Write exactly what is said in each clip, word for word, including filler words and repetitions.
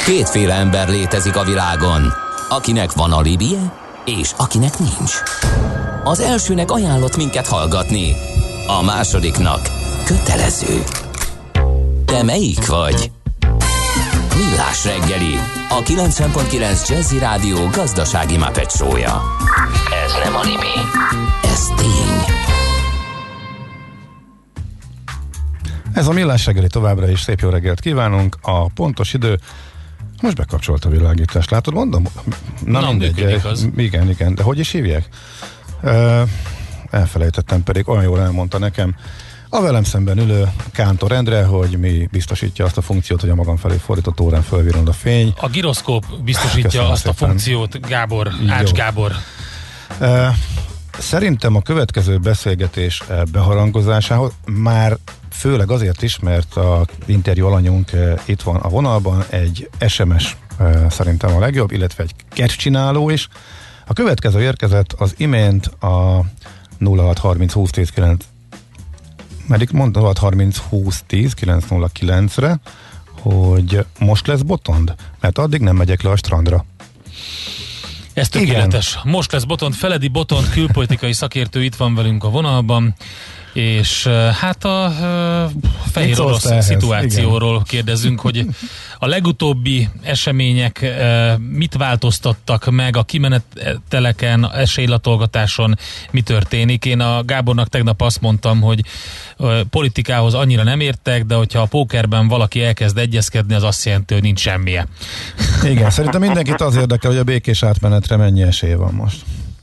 Kétféle ember létezik a világon, akinek van alibije, és akinek nincs. Az elsőnek ajánlott minket hallgatni, a másodiknak kötelező. Te melyik vagy? Millás reggeli, a kilencven pont kilenc Jazzy Rádió gazdasági Muppet show-ja. Ez nem anime, ez tény. Ez a Millás reggeli, továbbra is szép jó reggelt kívánunk. A pontos idő, most bekapcsolt a világítást, látod, mondom? Na, Na mindegy, az. igen, igen, de hogy is hívják? Uh, elfelejtettem, pedig olyan jól elmondta nekem a velem szemben ülő Kántor Endre, hogy mi biztosítja azt a funkciót, hogy a magam felé fordított órán fölvirrand a fény. A giroszkóp biztosítja Köszönöm azt szépen. a funkciót, Gábor, Ács Jó. Gábor. Uh, szerintem a következő beszélgetés beharangozásához már főleg azért is, mert a interjú alanyunk uh, itt van a vonalban, egy es em es uh, szerintem a legjobb, illetve egy catch-csináló is. A következő érkezett az imént a nulla hat harminc húsz tíz kilenc Meddig mond nulla hat harminc húsz tíz kilenc nulla kilencre, hogy most lesz botond, mert addig nem megyek le a strandra. Ez tökéletes. Igen. Most lesz Botond, Feledi Botond, külpolitikai szakértő itt van velünk a vonalban, és hát a uh, fehér orosz szituációról igen. kérdezzünk, hogy a legutóbbi események uh, mit változtattak meg a kimeneteleken, esélylatolgatáson, mi történik. Én a Gábornak tegnap azt mondtam, hogy uh, politikához annyira nem értek, de hogyha a pókerben valaki elkezd egyezkedni, az azt jelenti, hogy nincs semmije. Igen, szerintem mindenkit az érdekel, hogy a békés átmenetre mennyi esély van most.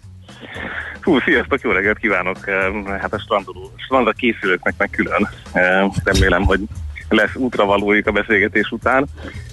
Hú, sziasztok, jó reggelt kívánok! Hát a strandoló, strandra készülőknek meg külön. Remélem, hogy lesz útravalóik a beszélgetés után.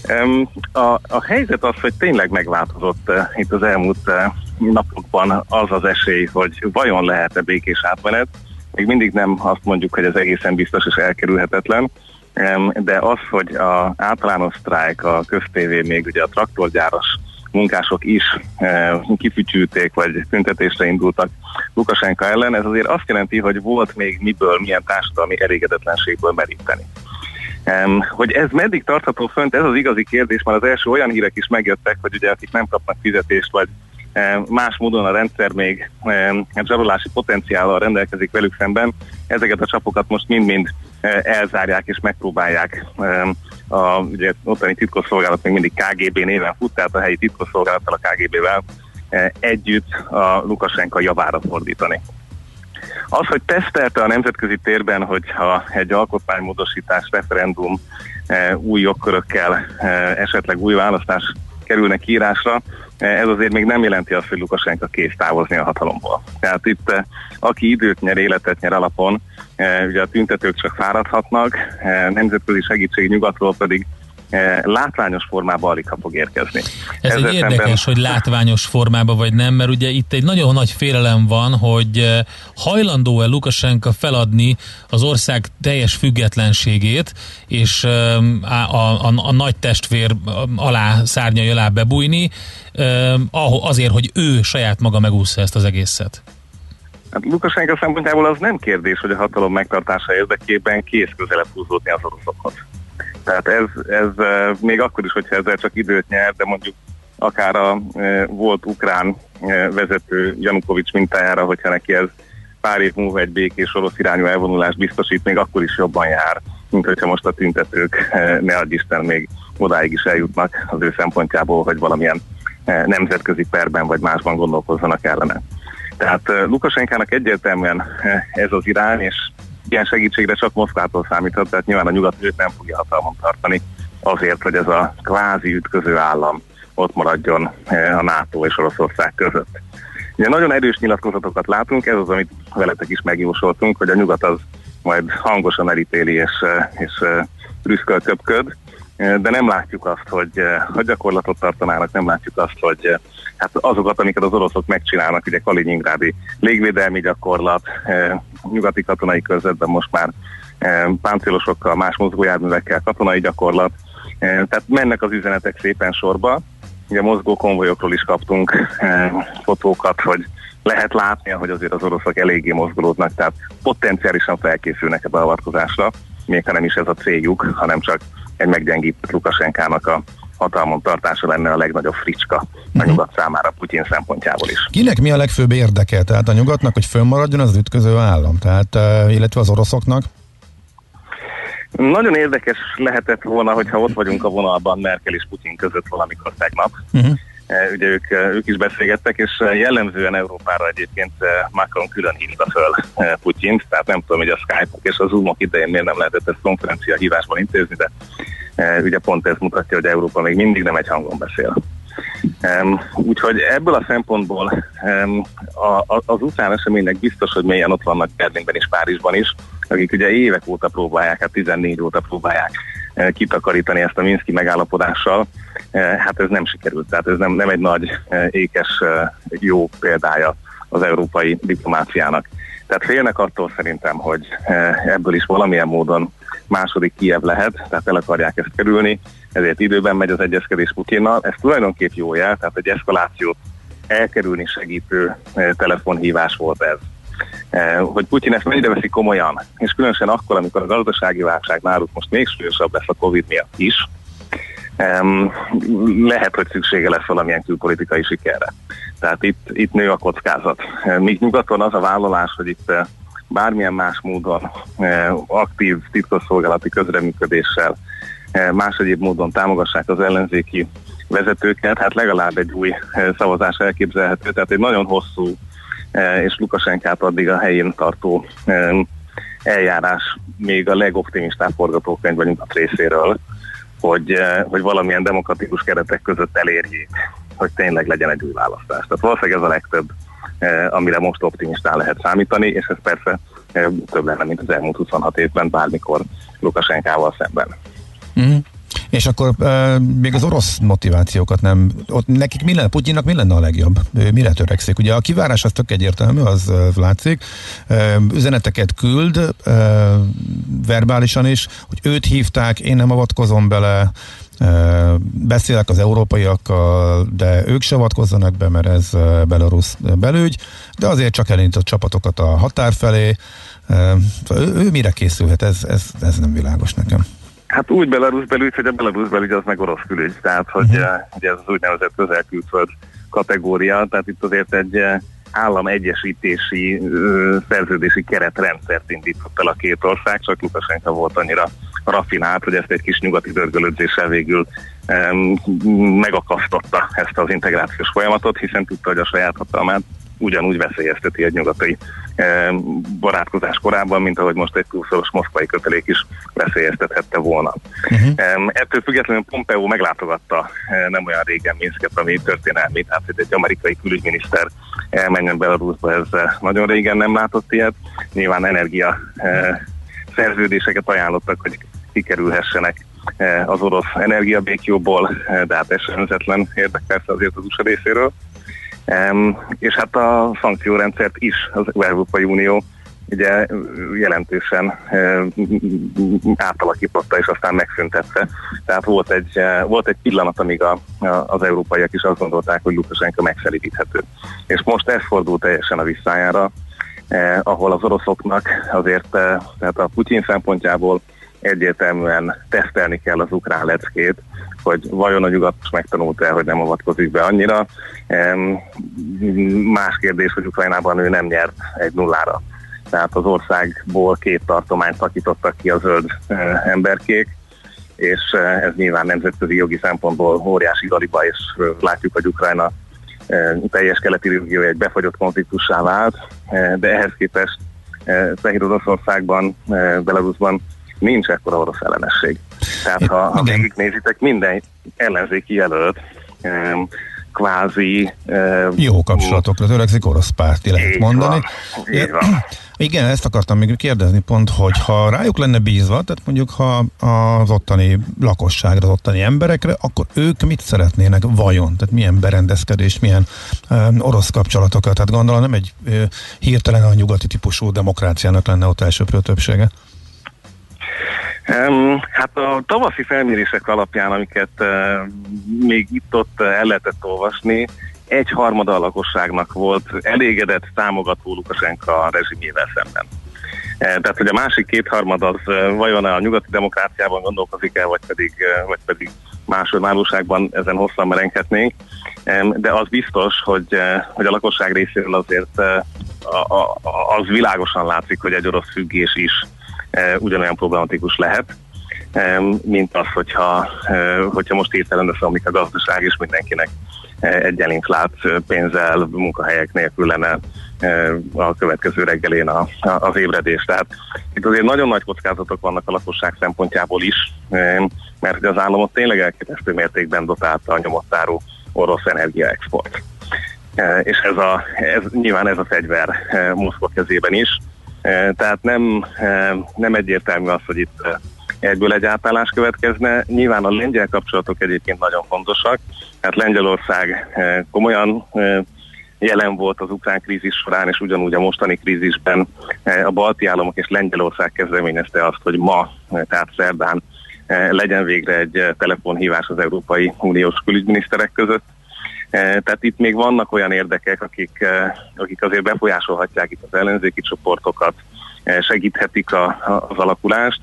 A, a helyzet az, hogy tényleg megváltozott itt az elmúlt napokban az az esély, hogy vajon lehet-e békés átmenet. Még mindig nem azt mondjuk, hogy ez egészen biztos és elkerülhetetlen, de az, hogy az általános sztrájk, a köztévé, még ugye a traktorgyáros munkások is e, kifütyülték, vagy tüntetésre indultak Lukasenka ellen, ez azért azt jelenti, hogy volt még miből, milyen társadalmi elégedetlenségből meríteni. E, hogy ez meddig tartható fönt, ez az igazi kérdés, mert az első olyan hírek is megjöttek, hogy ugye akik nem kapnak fizetést, vagy e, más módon a rendszer még e, zsarolási potenciállal rendelkezik velük szemben, ezeket a csapokat most mind-mind e, elzárják és megpróbálják e, a ugye, ottani titkosszolgálat még mindig ká gé bé néven fut, tehát a helyi titkosszolgálattal, a ká gé bével e, együtt a Lukasenka javára fordítani. Az, hogy tesztelte a nemzetközi térben, hogyha egy alkotmánymódosítás, referendum, e, új jogkörökkel, e, esetleg új választás kerülnek írásra, ez azért még nem jelenti azt, hogy Lukasenka kész távozni a hatalomból. Tehát itt aki időt nyer, életet nyer alapon, ugye a tüntetők csak fáradhatnak, nemzetközi segítség nyugatról pedig látványos formában alig ha fog érkezni. Ez Ezzel egy érdekes, szemben... hogy látványos formában vagy nem, mert ugye itt egy nagyon nagy félelem van, hogy hajlandó-e Lukasenka feladni az ország teljes függetlenségét, és a, a, a nagy testvér alá, szárnyai alá bebújni, azért, hogy ő saját maga megúszza ezt az egészet. Hát Lukasenka szempontjából az nem kérdés, hogy a hatalom megtartása érdekében kész közelebb húzódni az oroszokhoz. Tehát ez, ez még akkor is, hogyha ezzel csak időt nyer, de mondjuk akár a e, volt ukrán e, vezető Janukovics mintájára, hogyha neki ez pár év múlva egy békés orosz irányú elvonulást biztosít, még akkor is jobban jár, mint hogyha most a tüntetők e, ne adj Isten még odáig is eljutnak az ő szempontjából, hogy valamilyen e, nemzetközi perben vagy másban gondolkozzanak ellene. Tehát e, Lukasenkának egyértelműen e, ez az irány, és ilyen segítségre csak Moszkvától számíthat, tehát nyilván a nyugat őt nem fogja hatalmon tartani azért, hogy ez a kvázi ütköző állam ott maradjon a NATO és Oroszország között. Ugye nagyon erős nyilatkozatokat látunk, ez az, amit veletek is megjósoltunk, hogy a nyugat az majd hangosan elítéli és, és rüszköl köpköd, de nem látjuk azt, hogy a gyakorlatot tartanának, nem látjuk azt, hogy hát azokat, amiket az oroszok megcsinálnak, ugye Kaliningrádi légvédelmi gyakorlat, nyugati katonai körzetben most már páncélosokkal, más mozgójárművekkel katonai gyakorlat, tehát mennek az üzenetek szépen sorba. Ugye mozgó konvojokról is kaptunk fotókat, hogy lehet látni, hogy azért az oroszok eléggé mozgolódnak, tehát potenciálisan felkészülnek a beavatkozásra, még ha nem is ez a céljuk, hanem csak egy meggyengített Lukasenkának a hatalmon tartása lenne a legnagyobb fricska a nyugat számára Putyin szempontjából is. Kinek mi a legfőbb érdeke? Tehát a nyugatnak, hogy fönnmaradjon az ütköző állam, tehát, illetve az oroszoknak? Nagyon érdekes lehetett volna, hogyha ott vagyunk a vonalban Merkel és Putyin között valamikor tegnap. Uh-huh. Ugye ők, ők is beszélgettek, és jellemzően Európára egyébként Macron külön hívta föl Putyint, tehát nem tudom, hogy a Skype-ok és a Zoom-ok idején miért nem lehetett ezt konferencia hívásban intézni, de ugye pont ez mutatja, hogy Európa még mindig nem egy hangon beszél. Um, úgyhogy ebből a szempontból um, a, a, az ukrán eseménynek biztos, hogy mélyen ott vannak Berlinben és Párizsban is, akik ugye évek óta próbálják, hát tizennégy óta próbálják uh, kitakarítani ezt a minszki megállapodással. Uh, hát ez nem sikerült, tehát ez nem, nem egy nagy uh, ékes uh, jó példája az európai diplomáciának. Tehát félnek attól szerintem, hogy uh, ebből is valamilyen módon második Kijev lehet, tehát el akarják ezt kerülni, ezért időben megy az egyezkedés Putyinnal. Ez tulajdonképp jó jel, tehát egy eszkalációt elkerülni segítő e, telefonhívás volt ez. E, hogy Putyin ezt mennyire veszi komolyan, és különösen akkor, amikor a gazdasági válság náluk most még súlyosabb lesz a Covid miatt is, e, lehet, hogy szüksége lesz valamilyen külpolitikai sikerre. Tehát itt, itt nő a kockázat. E, míg nyugaton az a vállalás, hogy itt e, bármilyen más módon e, aktív titkosszolgálati közreműködéssel más egyéb módon támogassák az ellenzéki vezetőket, hát legalább egy új szavazás elképzelhető, tehát egy nagyon hosszú és Lukasenkát addig a helyén tartó eljárás még a legoptimistább forgatókönyv a nyugat részéről, hogy, hogy valamilyen demokratikus keretek között elérjék, hogy tényleg legyen egy új választás. Tehát valószínűleg ez a legtöbb, amire most optimistán lehet számítani, és ez persze több lenne, mint az elmúlt huszonhat évben bármikor Lukasenkával szemben. Mm. És akkor e, még az orosz motivációkat nem, ott nekik mi lenne, Putyinnak mi lenne a legjobb? Ő mire törekszik? Ugye a kivárás az tök egyértelmű, az e, látszik. E, üzeneteket küld, e, verbálisan is, hogy őt hívták, én nem avatkozom bele, e, beszélek az európaiakkal, de ők se avatkozzanak be, mert ez belarusz belügy, de azért csak elindított csapatokat a határ felé. E, ő, ő mire készülhet? Ez, ez, ez nem világos nekem. Hát úgy Belarus belügy, hogy a Belarus belügy az meg orosz külügy, tehát hogy, uh-huh. hogy ez az úgynevezett közel-külföld kategória, tehát itt azért egy államegyesítési szerződési keretrendszert indított el a két ország, csak Lukasenka volt annyira raffinált, hogy ezt egy kis nyugati dörgölődzéssel végül um, megakasztotta ezt az integrációs folyamatot, hiszen tudta, hogy a saját hatalmát ugyanúgy veszélyezteti egy nyugati e, barátkozás korábban, mint ahogy most egy túlszoros moszkvai kötelék is veszélyeztethette volna. Uh-huh. E, ettől függetlenül Pompeo meglátogatta e, nem olyan régen Minszket, ami történelmi, tehát hogy egy amerikai külügyminiszter elmenjen Belarusba, ez nagyon régen nem látott ilyet. Nyilván energia e, szerződéseket ajánlottak, hogy kikerülhessenek e, az orosz energiabékjóból, e, de hát ez önzetlen érdek persze azért az u es á részéről. Um, és hát a szankciórendszert is az Európai Unió ugye jelentősen um, átalakította és aztán megszüntette. Tehát volt egy, uh, volt egy pillanat, amíg a, a, az európaiak is azt gondolták, hogy Lukasenka megszelidíthető. És most ez fordult teljesen a visszájára, uh, ahol az oroszoknak azért, uh, tehát a Putyin szempontjából egyértelműen tesztelni kell az ukrán leckét, hogy vajon a nyugat megtanult el, hogy nem avatkozik be annyira. Más kérdés, hogy Ukrajnában ő nem nyert egy nullára. Tehát az országból két tartományt szakítottak ki a zöld emberkék, és ez nyilván nemzetközi jogi szempontból óriási galiba, és látjuk, hogy Ukrajna teljes keleti régiója egy befagyott konfliktussá vált, de ehhez képest Fehér Oroszországban, Belarusban nincs ekkora orosz ellenesség. Tehát ha, ha végignézitek, minden ellenzéki jelölt um, kvázi... Um, jó kapcsolatokra törekszik, orosz párti lehet mondani. Van, így van. Igen, ezt akartam még kérdezni pont, hogy ha rájuk lenne bízva, tehát mondjuk ha az ottani lakosságra, az ottani emberekre, akkor ők mit szeretnének vajon? Tehát milyen berendezkedés, milyen um, orosz kapcsolatokat? Tehát gondolom nem egy uh, hirtelen a nyugati típusú demokráciának lenne ott elsőprő többsége. Um, hát a tavaszi felmérések alapján, amiket uh, még itt-ott el lehetett olvasni, egy harmada a lakosságnak volt elégedett, támogató Lukasenka rezsimjével szemben. Uh, tehát, hogy a másik kétharmad az uh, vajon a nyugati demokráciában gondolkozik el, vagy pedig, uh, vagy pedig másodmállóságban ezen hosszan merenghetnénk, de az biztos, hogy, hogy a lakosság részéről azért az világosan látszik, hogy egy orosz függés is ugyanolyan problematikus lehet, mint az, hogyha, hogyha most hirtelen összeomlik a gazdaság, és mindenkinek egyenlink lát pénzzel, munkahelyek nélkül lenne a következő reggelén a, a, az ébredés. Tehát itt azért nagyon nagy kockázatok vannak a lakosság szempontjából is, mert az államot tényleg elképesztő mértékben dotálta a nyomottáró orosz energiaexport. És ez a, ez, nyilván ez a fegyver Moszkva kezében is. Tehát nem, nem egyértelmű az, hogy itt egyből egy átállás következne. Nyilván a lengyel kapcsolatok egyébként nagyon fontosak. Hát Lengyelország komolyan jelen volt az ukrán krízis során, és ugyanúgy a mostani krízisben a balti államok és Lengyelország kezdeményezte azt, hogy ma, tehát szerdán legyen végre egy telefonhívás az Európai Uniós külügyminiszterek között. Tehát itt még vannak olyan érdekek, akik, akik azért befolyásolhatják itt az ellenzéki csoportokat, segíthetik a, az alakulást.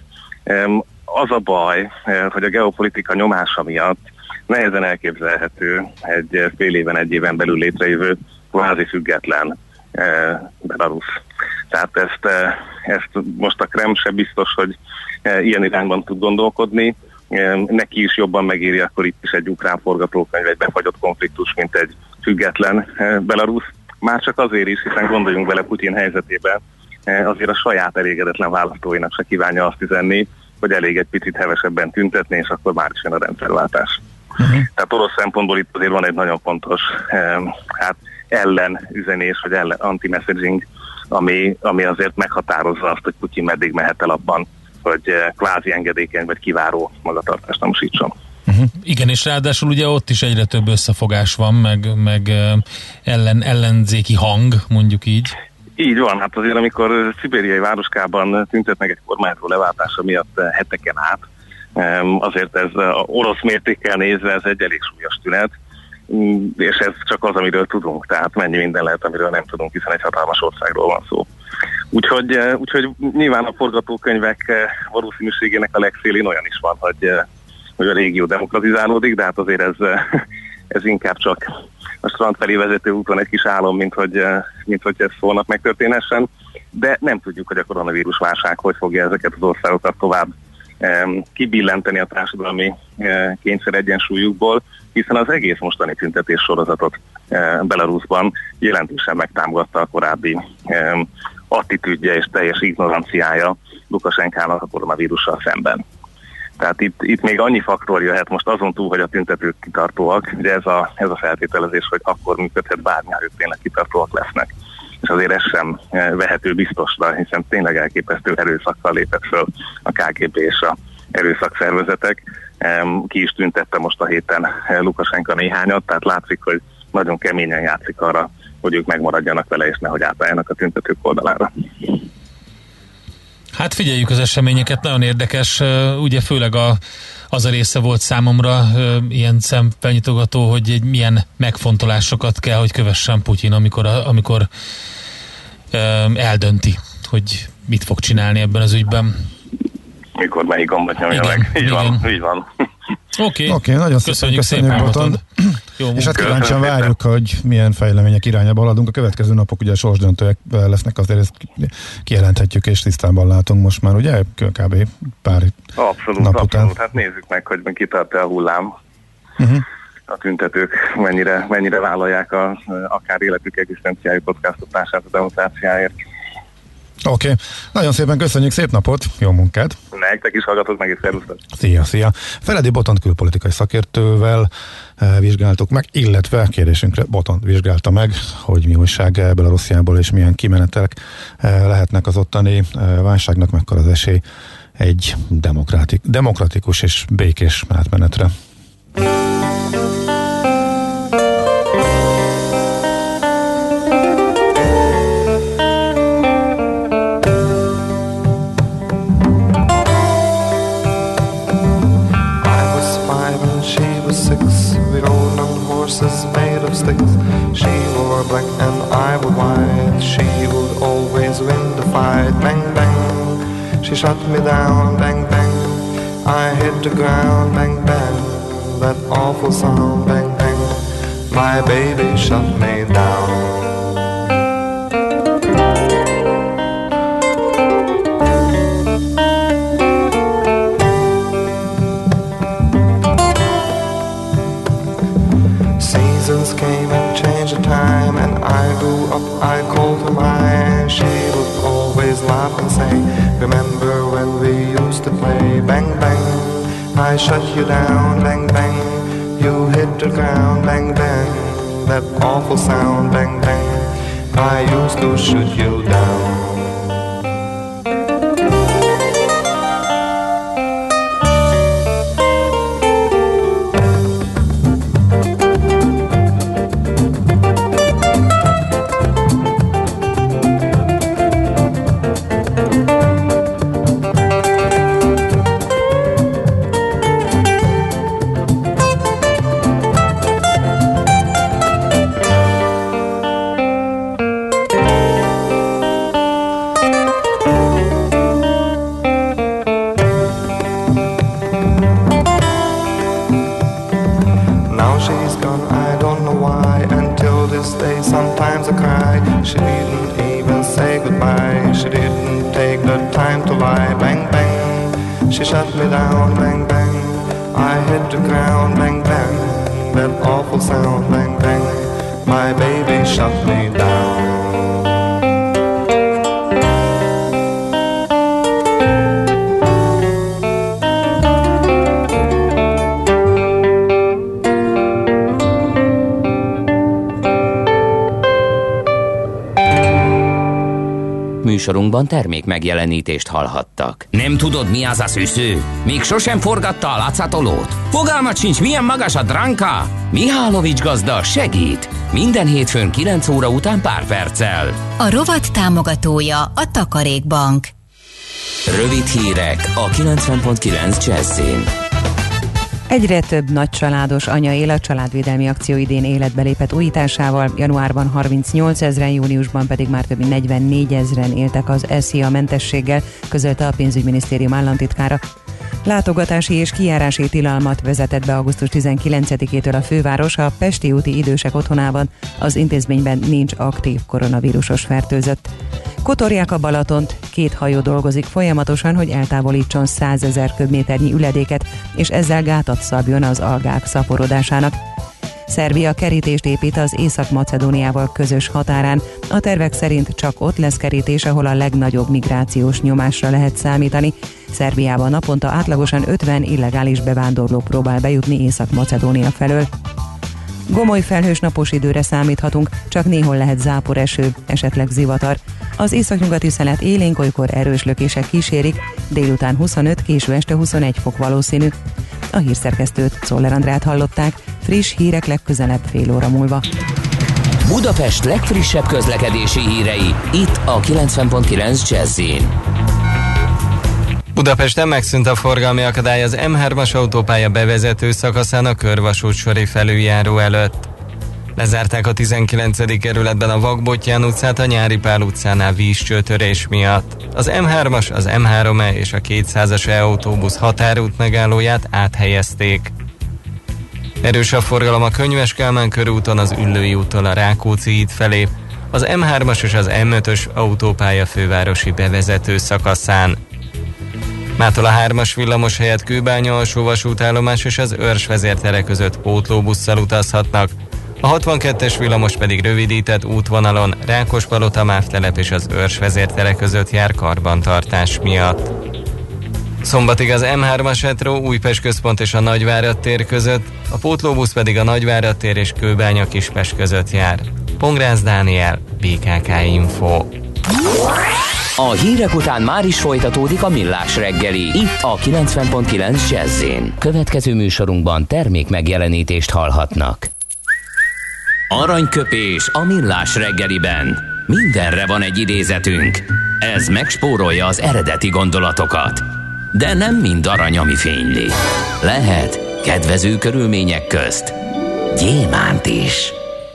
Az a baj, hogy a geopolitika nyomása miatt nehezen elképzelhető egy fél éven, egy éven belül létrejövő kvázi független Belarus. Tehát ezt, ezt most a Kreml se biztos, hogy ilyen irányban tud gondolkodni. Neki is jobban megéri akkor itt is egy ukrán forgatókönyv, egy befagyott konfliktus, mint egy független Belarus. Már csak azért is, hiszen gondoljunk bele Putyin helyzetében, azért a saját elégedetlen választóinak se kívánja azt üzenni, hogy elég egy picit hevesebben tüntetni, és akkor már is jön a rendszerváltás. Uh-huh. Tehát orosz szempontból itt azért van egy nagyon fontos hát ellenüzenés, vagy ellen, anti-messaging, ami, ami azért meghatározza azt, hogy Putyin meddig mehet el abban, hogy kvázi engedékeny vagy kiváró magatartást tanúsítson. Uh-huh. Igen, és ráadásul ugye ott is egyre több összefogás van, meg, meg ellen, ellenzéki hang, mondjuk így. Így van, hát azért amikor szibériai városkában tüntetnek egy kormányzó leváltása miatt heteken át, azért ez orosz mértékkel nézve ez egy elég súlyos tünet, és ez csak az, amiről tudunk, tehát mennyi minden lehet, amiről nem tudunk, hiszen egy hatalmas országról van szó. Úgyhogy, úgyhogy nyilván a forgatókönyvek valószínűségének a legszélén olyan is van, hogy, hogy a régió demokratizálódik, de hát azért ez, ez inkább csak a strand felé vezető úton egy kis álom, mint hogy, mint hogy ez holnap megtörténhessen, de nem tudjuk, hogy a koronavírus válság hogy fogja ezeket az országokat tovább kibillenteni a társadalmi kényszer egyensúlyukból, hiszen az egész mostani tüntetés sorozatot Belarusban jelentősen megtámogatta a korábbi attitűdje és teljes ignoranciája Lukasenkának a koronavírussal szemben. Tehát itt, itt még annyi faktor jöhet most azon túl, hogy a tüntetők kitartóak, de ez a, ez a feltételezés, hogy akkor működhet bármi, ha ők tényleg kitartóak lesznek. És azért ez sem vehető biztosra, hiszen tényleg elképesztő erőszakkal lépett föl a ká gé bé és a erőszakszervezetek. Ki is tüntette most a héten Lukasenka néhányat, tehát látszik, hogy nagyon keményen játszik arra, hogy ők megmaradjanak vele, és nehogy átálljanak a tüntetők oldalára. Hát figyeljük az eseményeket, nagyon érdekes, ugye főleg a, az a része volt számomra ilyen szemfelnyitogató, hogy egy milyen megfontolásokat kell, hogy kövessen Putyin, amikor, amikor eldönti, hogy mit fog csinálni ebben az ügyben. Mikor melyik gombot nyomja igen, meg. Így igen. van, így van. Oké, okay. okay, nagyon köszönjük szépen, köszönjük Botond. És hát kíváncsian várjuk, hogy milyen fejlemények irányába haladunk. A következő napok ugye sorsdöntőek lesznek, azért ezt kijelenthetjük és tisztában látunk most már, ugye? Kb. Pár abszolút, nap abszolút. után. Hát nézzük meg, hogy kitart-e a hullám. Uh-huh. A tüntetők mennyire, mennyire vállalják a, akár életük egzisztenciájuk kockáztatását a demokráciáért. Oké, okay. Nagyon szépen köszönjük, szép napot, jó munkát! Nektek is hallgatok meg, és szervusztok! Szia, szia! Feledi Botont külpolitikai szakértővel eh, vizsgáltuk meg, illetve kérdésünkre Botont vizsgálta meg, hogy mi újság Belarussziából és milyen kimenetek eh, lehetnek az ottani eh, válságnak, mekkora az esély egy demokratik, demokratikus és békés átmenetre. Made of sticks. She wore black and I wore white. She would always win the fight. Bang bang, she shot me down. Bang bang, I hit the ground. Bang bang, that awful sound, bang, bang. My baby shut me down. Seasons came and changed the time, and I grew up, I called her mine. She would always laugh and say, remember when we used to play, bang, bang. I shut you down, bang, bang. You hit the ground, bang, bang. That awful sound, bang, bang. I used to shoot you down. She shut me down, bang, bang. I hit the ground, bang, bang. That awful sound, bang, bang. My baby shut me down. Műsorunkban termék megjelenítést hallhattak. Nem tudod, mi az a szűző? Még sosem forgatta a látszatolót? Fogalmat sincs, milyen magas a dránka? Mihálovics gazda segít! Minden hétfőn kilenc óra után pár perccel. A rovat támogatója a Takarékbank. Rövid hírek a kilencven pont kilenc Jazzin. Egyre több nagycsaládos anya él, a családvédelmi akció idén életbe lépett újításával. Januárban harmincnyolc ezren, júniusban pedig már több mint negyvennégy ezren éltek az es zé á mentességgel, közölte a pénzügyminisztérium államtitkára. Látogatási és kijárási tilalmat vezetett be augusztus tizenkilencedikétől a főváros, a Pesti úti idősek otthonában. Az intézményben nincs aktív koronavírusos fertőzött. Kotorják a Balatont, két hajó dolgozik folyamatosan, hogy eltávolítson százezer köbméternyi üledéket, és ezzel gátat szabjon az algák szaporodásának. Szerbia kerítést épít az Észak-Macedóniával közös határán. A tervek szerint csak ott lesz kerítés, ahol a legnagyobb migrációs nyomásra lehet számítani. Szerbiában naponta átlagosan ötven illegális bevándorló próbál bejutni Észak-Macedónia felől. Gomoly felhős napos időre számíthatunk, csak néhol lehet záporeső, esetleg zivatar. Az északnyugati szelet élénk, olykor erős lökések kísérik, délután huszonöt, késő este huszonegy fok valószínű. A hírszerkesztőt, Czoller Andrát hallották, friss hírek legközelebb fél óra múlva. Budapest legfrissebb közlekedési hírei, itt a kilencven pont kilenc Jazzin. Budapesten megszűnt a forgalmi akadály az em hármas autópálya bevezető szakaszán a körvasút sori felüljáró előtt. Lezárták a tizenkilencedik kerületben a Vakbottyán utcát a Nyári Pál utcánál vízcsőtörés miatt. Az em hármas, az em három e és a kétszázas e-autóbusz határút megállóját áthelyezték. Erős a forgalom a Könyves Kálmán körúton az Üllői úttól a Rákóczi híd felé, az em hármas és az em ötös autópálya fővárosi bevezető szakaszán. Mától a hármas villamos helyett Kőbánya alsó vasútállomás és az Örs vezértere között pótlóbusszal utazhatnak, a hatvankettes villamos pedig rövidített útvonalon Rákospalota mávtelep és az Örs vezértere között jár karbantartás miatt. Szombatig az em hármas metró Újpest központ és a Nagyvárad tér között, a pótlóbusz pedig a Nagyvárad tér és Kőbánya Kispest között jár. Pongrász Dániel, bé ká ká Info. A hírek után már is folytatódik a Millás reggeli, itt a kilencven pont kilenc Jazzin. Következő műsorunkban termék megjelenítést hallhatnak. Aranyköpés a Millás reggeliben. Mindenre van egy idézetünk. Ez megspórolja az eredeti gondolatokat. De nem mind arany, ami fényli. Lehet kedvező körülmények közt gyémánt is.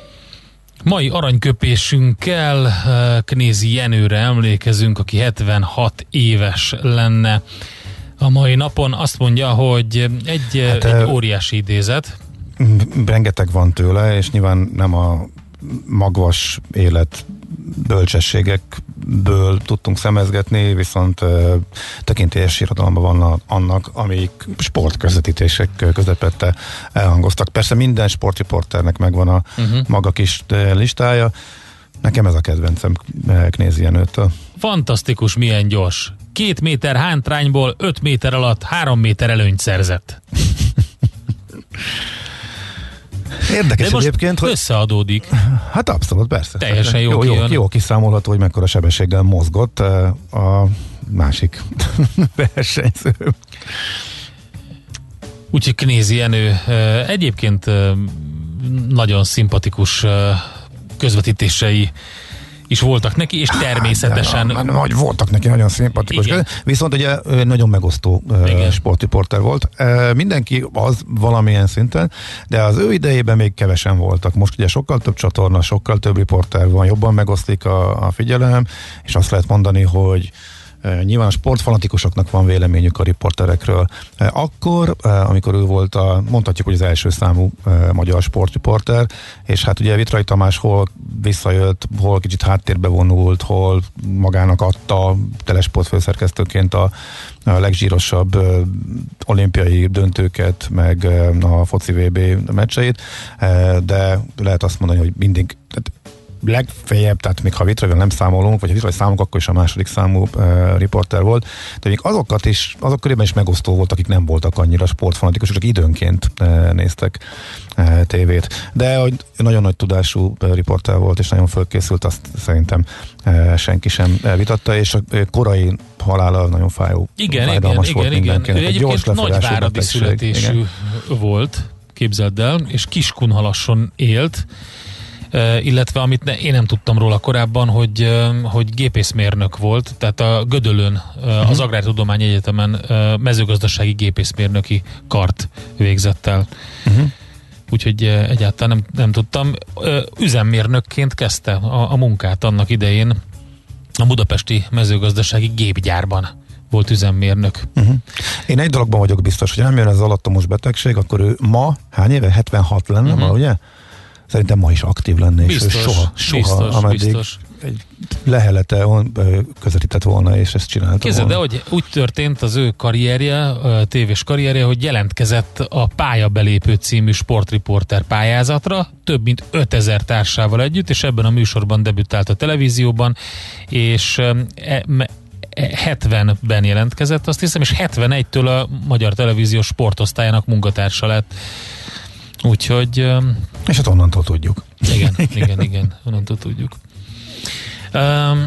Mai aranyköpésünkkel Knézi Jenőre emlékezünk, aki hetvenhat éves lenne. a mai napon azt mondja, hogy egy, hát, egy óriási idézet. Rengeteg van tőle, és nyilván nem a magvas élet bölcsességekből tudtunk szemezgetni, viszont uh, tekintélyes irodalomban van annak, amik sportközvetítések közepette elhangoztak. Persze minden sportriporternek megvan a uh-huh. maga kis listája. Nekem ez a kedvencem Knézi Jenőtől. Fantasztikus, milyen gyors. Két méter hátrányból öt méter alatt három méter előnyt szerzett. Érdekes egyébként, hogy... összeadódik. Hát abszolút, persze. Teljesen jó, jó, jó, jó kiszámolható, hogy mekkora sebességgel mozgott a másik versenyző. Úgyhogy Knézi Jenő egyébként nagyon szimpatikus közvetítései is voltak neki, és természetesen... Hát, nagy voltak neki, nagyon szimpatikus. Igen. Viszont ugye nagyon megosztó Igen. sportriporter volt. Mindenki az valamilyen szinten, de az ő idejében még kevesen voltak. Most ugye sokkal több csatorna, sokkal több riporter van, jobban megoszlik a, a figyelem, és azt lehet mondani, hogy nyilván a sportfanatikusoknak van véleményük a riporterekről. Akkor, amikor ő volt a, mondhatjuk, hogy az első számú magyar sportriporter, és hát ugye Vitrai Tamás hol visszajött, hol kicsit háttérbe vonult, hol magának adta Telesport főszerkesztőként a, a legzsírosabb olimpiai döntőket, meg a foci vé bé meccseit, de lehet azt mondani, hogy mindig legfeljebb, tehát még ha Vitraival nem számolunk, vagy ha Vitrai számunk, akkor is a második számú uh, riporter volt, de még azokat is, azok körében is megosztó volt, akik nem voltak annyira sportfanatikusok, csak időnként uh, néztek uh, tévét. De hogy nagyon nagy tudású uh, riporter volt, és nagyon fölkészült, azt szerintem uh, senki sem uh, vitatta, és a uh, korai halála nagyon fájó. Igen, igen, igen, igen. Ő egyébként nagyváradi születésű igen. volt, képzeld el, és Kiskunhalasson élt, Uh, illetve amit ne, én nem tudtam róla korábban, hogy, uh, hogy gépészmérnök volt, tehát a Gödöllőn, uh, uh-huh. az Agrártudományi Egyetemen uh, mezőgazdasági gépészmérnöki kart végzett el. Uh-huh. Úgyhogy uh, egyáltalán nem, nem tudtam. Uh, üzemmérnökként kezdte a, a munkát annak idején a budapesti mezőgazdasági gépgyárban. Volt üzemmérnök. Uh-huh. Én egy dologban vagyok biztos, hogy nem jön ez az alattomos betegség, akkor ő ma, hány éve? hetvenhat lenne uh-huh. ma, ugye? Szerintem ma is aktív lenne, biztos, és soha, soha, biztos, ameddig biztos. egy lehelete közvetített volna, és ezt csinálta Kézzel, volna. de hogy úgy történt az ő karrierje, a tévés karrierje, hogy jelentkezett a Pályabelépő című sportriporter pályázatra, több mint ötezer társával együtt, és ebben a műsorban debütált a televízióban, és e, e, hetvenben jelentkezett, azt hiszem, és hetvenegytől a Magyar Televízió sportosztályának munkatársa lett. Úgyhogy... És hát onnantól tudjuk. Igen, igen, igen, onnantól tudjuk. Um,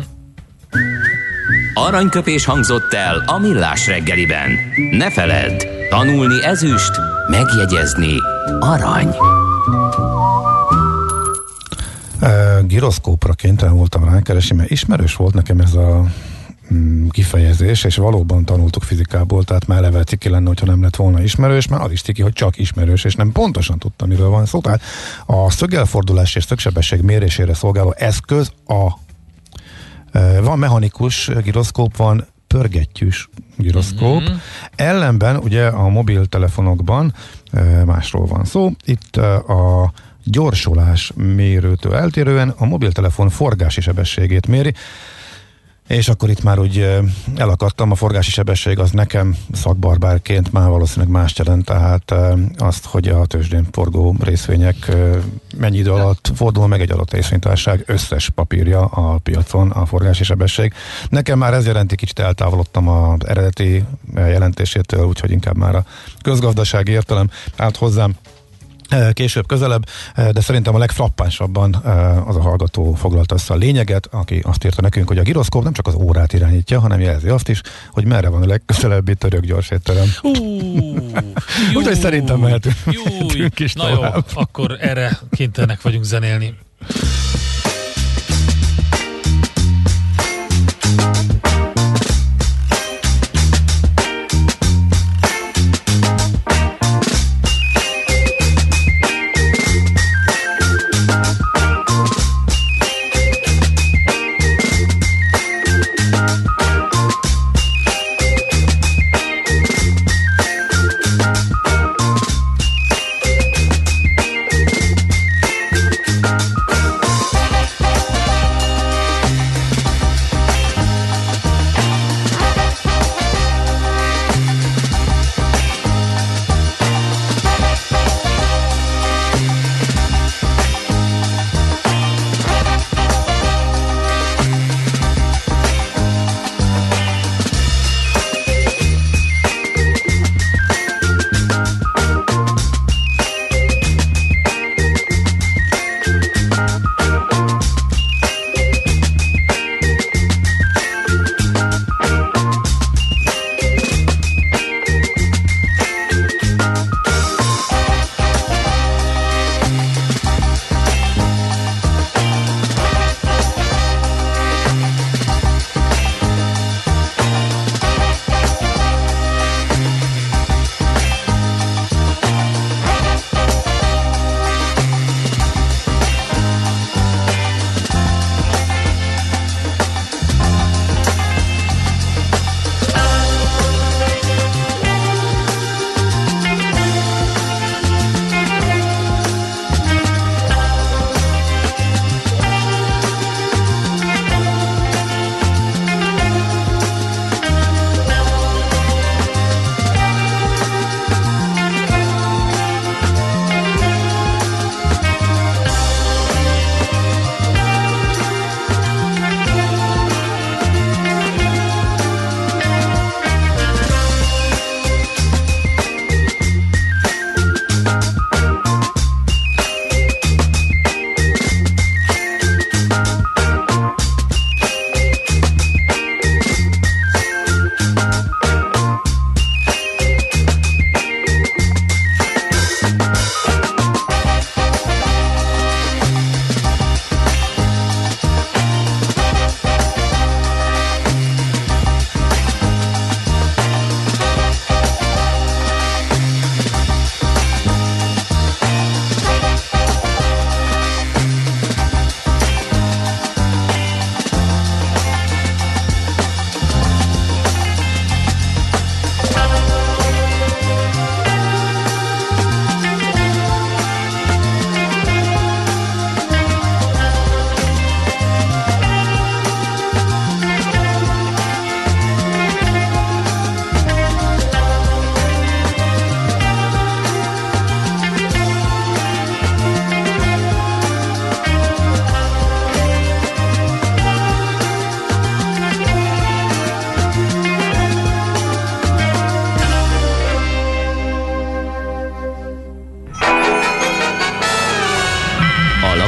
Aranyköpés hangzott el a Millás reggeliben. Ne feledd, tanulni ezüst, megjegyezni arany. Uh, Giroszkópra kénytelen voltam rákeresni, mert ismerős volt nekem ez a kifejezés, és valóban tanultuk fizikából, tehát már eleve ciki lenne, hogyha nem lett volna ismerős, már az is ciki, hogy csak ismerős, és nem pontosan tudtam, miről van szó. Tehát a szögelfordulás és szögsebesség mérésére szolgáló eszköz a van mechanikus giroszkóp, van pörgettyűs giroszkóp. Mm-hmm. Ellenben ugye a mobiltelefonokban másról van szó. Itt a gyorsulás mérőtől eltérően a mobiltelefon forgási sebességét méri, és akkor itt már úgy elakadtam, a forgási sebesség az nekem szakbarbárként már valószínűleg más jelent, tehát azt, hogy a tőzsdén forgó részvények mennyi idő alatt fordul meg egy adott részvénytársaság összes papírja a piacon a forgási sebesség. Nekem már ez jelenti, kicsit eltávolodtam az eredeti jelentésétől, úgyhogy inkább már a közgazdasági értelem állt hozzám később, közelebb, de szerintem a legflappánsabban az a hallgató foglalta össze a lényeget, aki azt írta nekünk, hogy a giroszkóp nem csak az órát irányítja, hanem jelzi azt is, hogy merre van a legközelebbi török gyors étterem. Úgyhogy szerintem mehetünk, mehetünk is Na tovább. Jó, akkor erre kénytelenek vagyunk zenélni.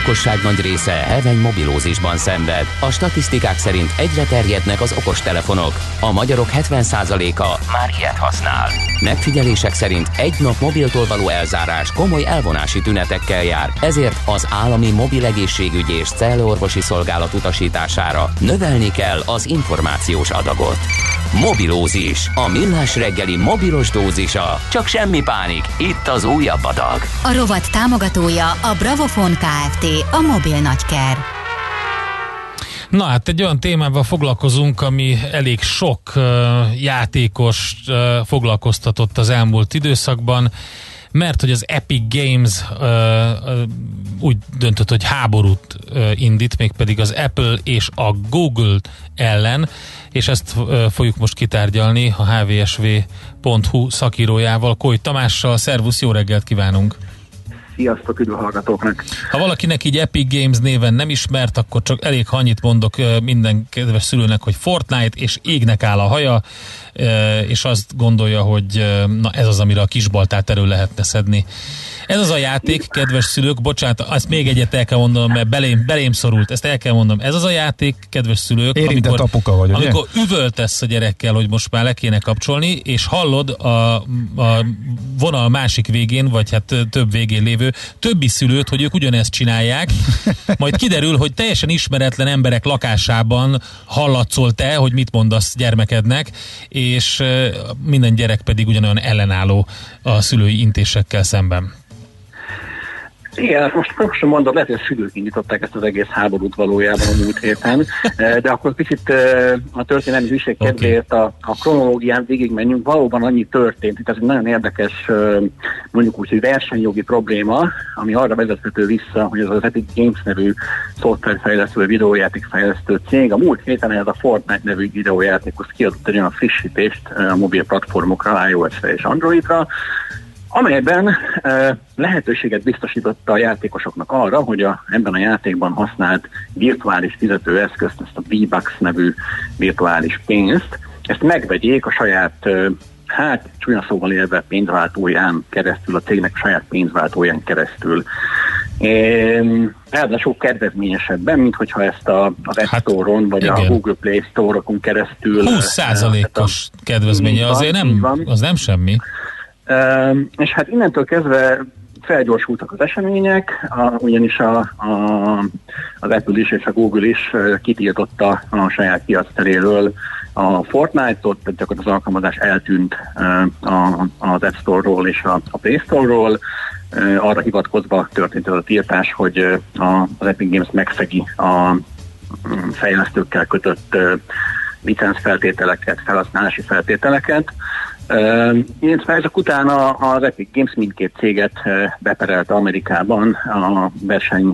lakosság nagy része heveny mobilózisban szenved. A statisztikák szerint egyre terjednek az okostelefonok. A magyarok hetven százaléka már ilyet használ. Megfigyelések szerint egy nap mobiltól való elzárás komoly elvonási tünetekkel jár, ezért az állami mobil egészségügyi és cellorvosi szolgálat utasítására növelni kell az információs adagot. Mobilózis, a millás reggeli mobilos dózisa. Csak semmi pánik, itt az újabb adag. A rovat támogatója a Bravofon Kft. A mobil nagyker. Na hát egy olyan témával foglalkozunk, ami elég sok uh, játékos uh, foglalkoztatott az elmúlt időszakban, mert hogy az Epic Games uh, uh, úgy döntött, hogy háborút uh, indít, mégpedig az Apple és a Google ellen, és ezt uh, fogjuk most kitárgyalni a há vé es vé pont hú szakírójával, Kói Tamással. Szervusz, jó reggelt kívánunk! Sziasztok, üdv hallgatóknak! Ha valakinek így Epic Games néven nem ismert, akkor csak elég, ha annyit mondok minden kedves szülőnek, hogy Fortnite, és égnek áll a haja, és azt gondolja, hogy na ez az, amire a kisbaltát elő lehetne szedni. Ez az a játék, kedves szülők, bocsánat, azt még egyet el kell mondanom, mert belém, belém szorult, ezt el kell mondanom. Ez az a játék, kedves szülők, érintett amikor, apuka vagy, ugye? Amikor üvöltesz a gyerekkel, hogy most már le kéne kapcsolni, és hallod a, a vonal másik végén, vagy hát több végén lévő többi szülőt, hogy ők ugyanezt csinálják, majd kiderül, hogy teljesen ismeretlen emberek lakásában hallatszol te, hogy mit mondasz gyermekednek, és minden gyerek pedig ugyanolyan ellenálló a szülői intésekkel szemben. Igen, most most sem mondom, lehet, hogy a szülők indították ezt az egész háborút valójában a múlt héten, de akkor kicsit a történelmi hűség kedvéért a, a kronológián végig menjünk. Valóban annyi történt, itt ez egy nagyon érdekes, mondjuk úgy, hogy versenyjogi probléma, ami arra vezethető vissza, hogy ez az Epic Games nevű szoftverfejlesztő, videójátékfejlesztő cég a múlt héten ez a Fortnite nevű videójátékhoz kiadott egy olyan frissítést a mobil platformokra, iOS-re és Androidra, amelyben uh, lehetőséget biztosította a játékosoknak arra, hogy a, ebben a játékban használt virtuális fizetőeszközt, ezt a V-Bucks nevű virtuális pénzt, ezt megvegyék a saját, uh, hát csúnya szóval élve pénzváltóján keresztül, a cégnek a saját pénzváltóján keresztül. Ráadásul kedvezményesebben, mint hogyha ezt a, az App Store-on, vagy igen, a Google Play Store-okon keresztül... húsz százalékos uh, kedvezménye, azért nem, az nem semmi. Uh, és hát innentől kezdve felgyorsultak az események, a, ugyanis a, a, az Apple is és a Google is uh, kitiltotta a saját piacteréről a Fortnite-ot, tehát gyakorlatilag az alkalmazás eltűnt uh, a, az App Store-ról és a, a Play Store-ról. Uh, arra hivatkozva történt ez a tiltás, hogy uh, a, az Epic Games megszegi a um, fejlesztőkkel kötött uh, licencfeltételeket, felhasználási feltételeket. Uh, illetve ezek után az Epic Games mindkét céget uh, beperelte Amerikában a verseny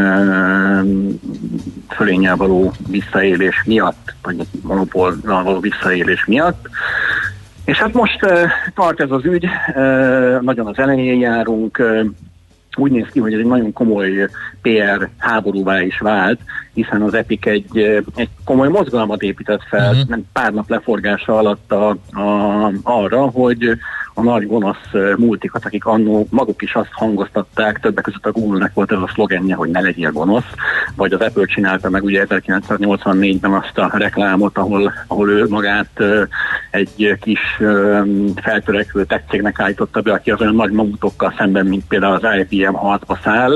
uh, fölénnyel való visszaélés miatt, vagy monopóllal való visszaélés miatt. És hát most uh, tart ez az ügy, uh, nagyon az elején járunk, uh, úgy néz ki, hogy ez egy nagyon komoly pé er háborúvá is vált, hiszen az Epic egy, egy komoly mozgalmat épített fel, uh-huh. nem pár nap leforgása alatt a, a, arra, hogy a nagy gonosz multikat, akik annó maguk is azt hangoztatták, többek között a Google-nek volt ez a szlogenje, hogy ne legyél gonosz, vagy az Apple csinálta meg ugye ezerkilencszáznyolcvannégyben azt a reklámot, ahol, ahol ő magát egy kis feltörekvő tech cégnek állította be, aki az olyan nagy mamutokkal szemben, mint például az i bé em harcba száll.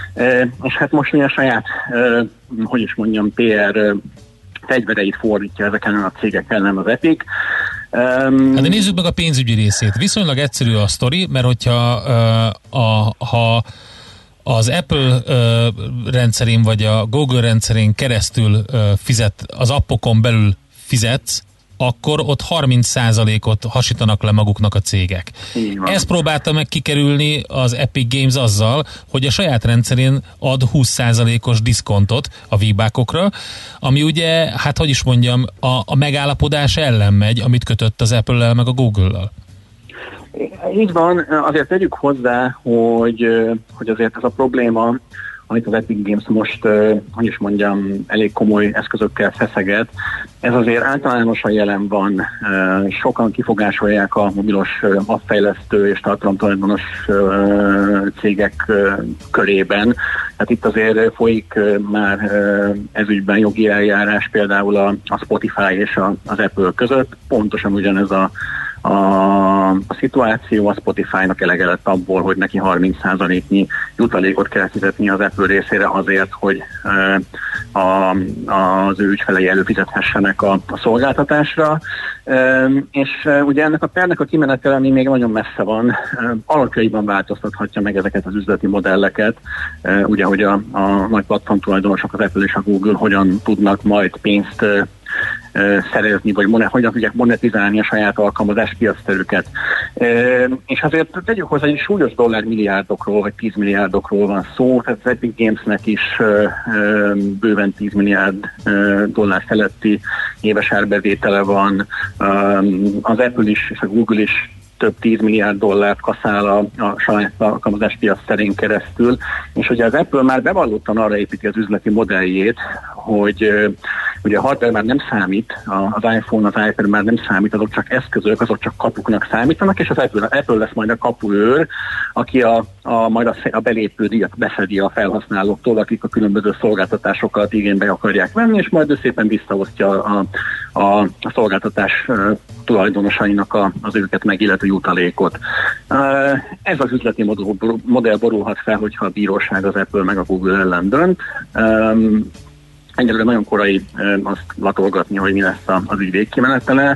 És hát most mi a saját, hogy is mondjam, pé er fegyvereit fordítja ezek ellen a cégek ellen az Epic. Um, hát de nézzük meg a pénzügyi részét. Viszonylag egyszerű a sztori, mert hogyha uh, a, ha az Apple uh, rendszerén vagy a Google rendszerén keresztül uh, fizet, az appokon belül fizetsz, akkor ott harminc százalékot hasítanak le maguknak a cégek. Ezt próbálta meg kikerülni az Epic Games azzal, hogy a saját rendszerén ad húsz százalékos diszkontot a V-Buckokra, ami ugye, hát hogy is mondjam, a, a megállapodás ellen megy, amit kötött az Apple-lel meg a Google-lel. Így van, azért tegyük hozzá, hogy, hogy azért ez a probléma amit az Epic Games most, uh, hogy is mondjam, elég komoly eszközökkel feszeget, ez azért általánosan jelen van. Uh, sokan kifogásolják a mobilos uh, appfejlesztő és tartalomtulajdonos uh, cégek uh, körében. Tehát itt azért folyik uh, már uh, ezügyben jogi eljárás például a, a Spotify és a, az Apple között. Pontosan ugyanez a A, a szituáció. A Spotify-nak elege lett abból, hogy neki harminc százaléknyi jutalékot kell fizetni az Apple részére azért, hogy e, a, az ő ügyfelei előfizethessenek a, a szolgáltatásra. E, és e, ugye ennek a pernek a kimenetele még nagyon messze van. E, alapjaiban változtathatja meg ezeket az üzleti modelleket. E, ugye, hogy a, a nagy platform tulajdonosok, az Apple és a Google hogyan tudnak majd pénzt e, szerezni, vagy monet, hogyan tudják monetizálni a saját alkalmazás piacterüket. E, és azért tegyük hozzá, hogy súlyos dollármilliárdokról, vagy tíz milliárdokról van szó, tehát az Epic Gamesnek is e, e, bőven tíz milliárd e, dollár feletti éves árbevétele van, e, az Apple is, és a Google is több tíz milliárd dollárt kaszál a, a saját alkalmazás piac terén keresztül, és ugye az Apple már bevallottan arra építi az üzleti modelljét, hogy uh, ugye a hardware már nem számít, az iPhone, az iPad már nem számít, azok csak eszközök, azok csak kapuknak számítanak, és az Apple, Apple lesz majd a kapuőr, aki a, a, majd a, a belépő díjat beszedi a felhasználóktól, akik a különböző szolgáltatásokat igénybe akarják venni, és majd ő szépen visszaosztja a, a, a szolgáltatás uh, tulajdonosainak a, az őket megillető jutalékot. Uh, ez az üzleti modell, modell borulhat fel, hogyha a bíróság az Apple meg a Google ellen dönt. Um, Egyelőre nagyon korai um, azt latolgatni, hogy mi lesz a, az ügy végkimenetele.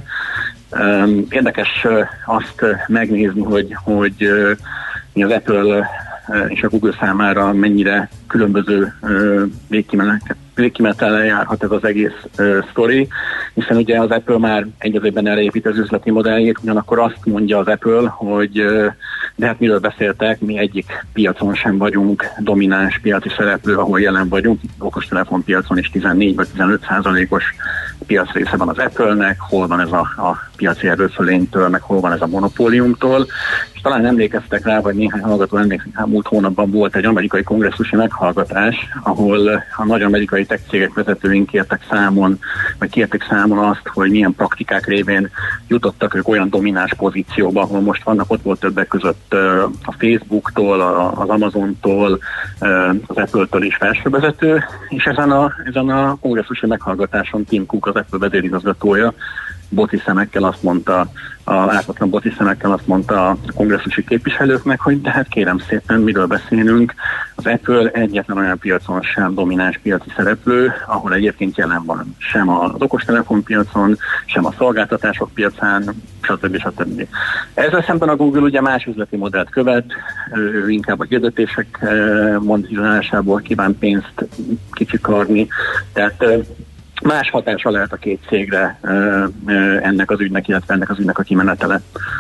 Um, érdekes uh, azt uh, megnézni, hogy, hogy uh, mi az Apple uh, és a Google számára mennyire különböző uh, végkimenetele járhat ez az egész uh, sztori, hiszen ugye az Apple már egy az egyben elépít az üzleti modelljét, ugyanakkor azt mondja az Apple, hogy uh, de hát miről beszéltek, mi egyik piacon sem vagyunk domináns piaci szereplő, ahol jelen vagyunk, okostelefon piacon is tizennégy vagy tizenöt százalékos piac része van az Apple-nek, hol van ez a, a piaci erőfölénytől, meg hol van ez a monopóliumtól, és talán emlékeztek rá, vagy néhány hallgató emlékszik, hogy múlt hónapban volt egy amerikai kongresszusi meghallgatás, ahol a nagy amerikai tech cégek vezetőink kértek számon, vagy kértek számon azt, hogy milyen praktikák révén jutottak ők olyan domináns pozícióba, ahol most vannak, ott volt többek között a Facebooktól, az Amazontól, az Apple-től is felsővezető, és ezen a, ezen a kongresszusi meghallgatáson Tim Cook, az Apple vezérigazgatója, boci szemekkel azt mondta, a ártatlan boci szemekkel azt mondta a kongresszusi képviselőknek, hogy de hát kérem szépen, miről beszélünk, az Apple egyetlen olyan piacon sem domináns piaci szereplő, ahol egyébként jelen van sem az okostelefon piacon, sem a szolgáltatások piacán, stb. stb. Ezzel szemben a Google ugye más üzleti modellt követ, ő inkább a hirdetések monetizálásából kíván pénzt kicsikarni, tehát más hatása lehet a két cégre ennek az ügynek, illetve ennek az ügynek a kimenetele.